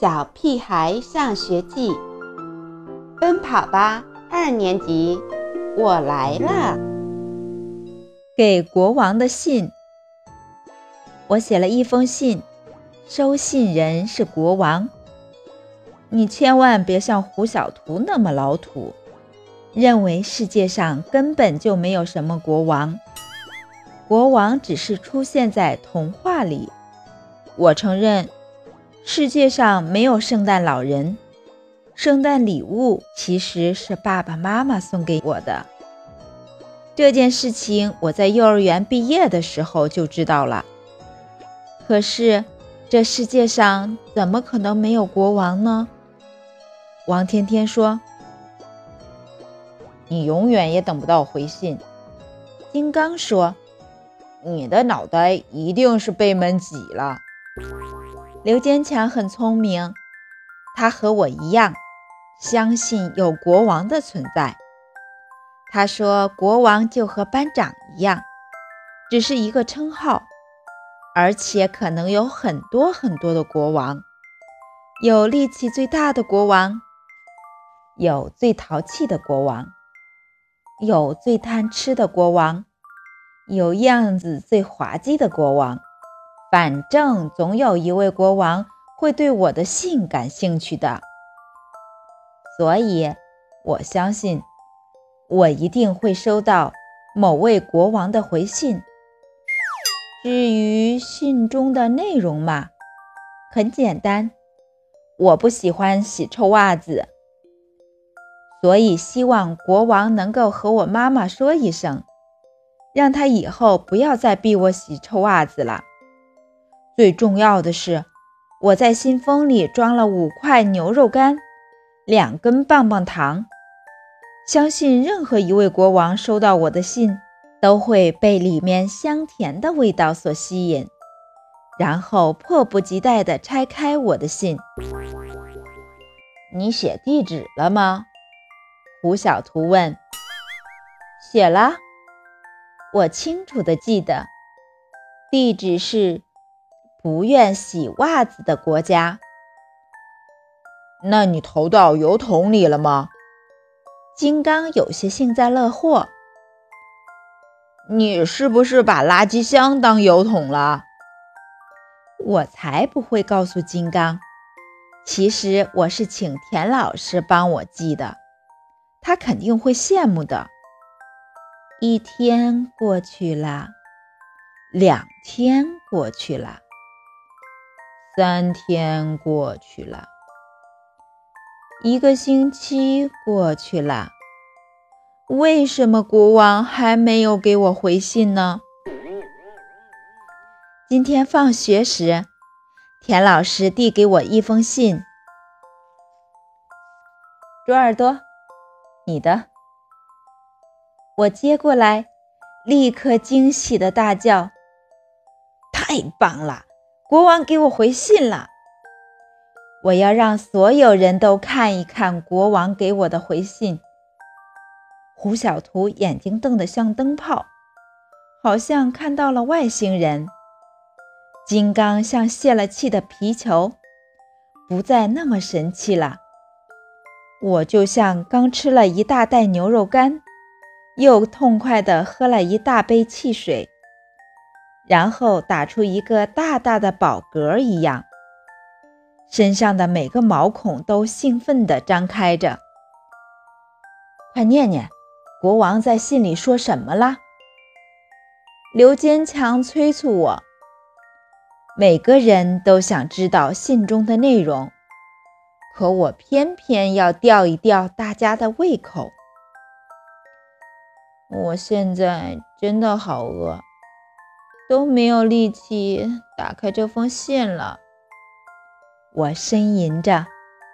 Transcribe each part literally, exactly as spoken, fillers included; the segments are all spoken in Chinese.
小屁孩上学记》，奔跑吧二年级，我来了。 给国王的信。我写了一封信，收信人是国王。你千万别像胡小图那么老土，认为世界上根本就没有什么国王，国王只是出现在童话里。我承认，世界上没有圣诞老人，圣诞礼物其实是爸爸妈妈送给我的。这件事情我在幼儿园毕业的时候就知道了。可是，这世界上怎么可能没有国王呢？王天天说：“ 你永远也等不到回信。” 金刚说：“ 你的脑袋一定是被门挤了。” 刘坚强很聪明，他和我一样，相信有国王的存在。他说国王就和班长一样，只是一个称号，而且可能有很多很多的国王，有力气最大的国王，有最淘气的国王，有最贪吃的国王，有样子最滑稽的国王，反正总有一位国王会对我的信感兴趣的。所以我相信我一定会收到某位国王的回信。至于信中的内容嘛，很简单，我不喜欢洗臭袜子，所以希望国王能够和我妈妈说一声，让她以后不要再逼我洗臭袜子了。最重要的是，我在信封里装了五块牛肉干，两根棒棒糖。相信任何一位国王收到我的信，都会被里面香甜的味道所吸引，然后迫不及待地拆开我的信。 你写地址了吗？ 胡小图问。写了，我清楚地记得，地址是不愿洗袜子的国家。 那你投到邮筒里了吗？ 金刚有些幸灾乐祸。 你是不是把垃圾箱当邮筒了？ 我才不会告诉金刚，其实我是请田老师帮我寄的，他肯定会羡慕的。一天过去了，两天过去了， 三天过去了， 一个星期过去了，为什么国王还没有给我回信呢？今天放学时，田老师递给我一封信。猪耳朵，你的。我接过来，立刻惊喜地大叫：太棒了，国王给我回信了！我要让所有人都看一看国王给我的回信。胡小图眼睛瞪得像灯泡，好像看到了外星人。金刚像泄了气的皮球，不再那么神气了。我就像刚吃了一大袋牛肉干，又痛快地喝了一大杯汽水，然后打出一个大大的饱嗝一样，身上的每个毛孔都兴奋地张开着。快念念，国王在信里说什么了？刘坚强催促我。每个人都想知道信中的内容，可我偏偏要吊一吊大家的胃口。我现在真的好饿，都没有力气打开这封信了。我呻吟着。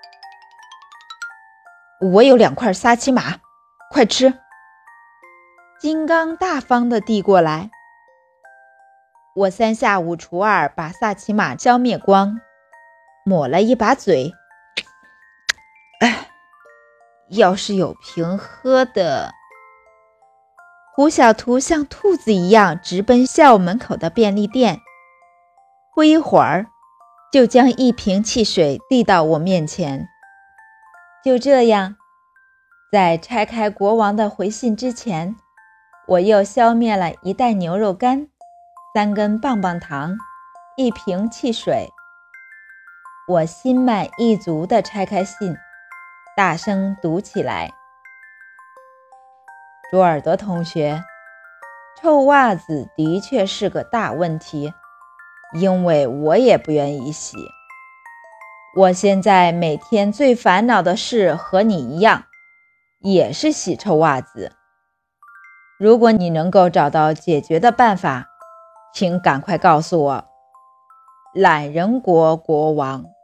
我有两块萨琪玛，快吃！金刚大方地递过来。我三下五除二把萨琪玛浇灭光，抹了一把嘴。哎，要是有瓶喝的。胡小图像兔子一样直奔校门口的便利店。不一会儿， 就将一瓶汽水递到我面前。就这样，在拆开国王的回信之前，我又消灭了一袋牛肉干、三根棒棒糖、一瓶汽水。我心满意足地拆开信，大声读起来：朱尔德同学，臭袜子的确是个大问题，因为我也不愿意洗。我现在每天最烦恼的事和你一样，也是洗臭袜子。如果你能够找到解决的办法，请赶快告诉我。懒人国国王。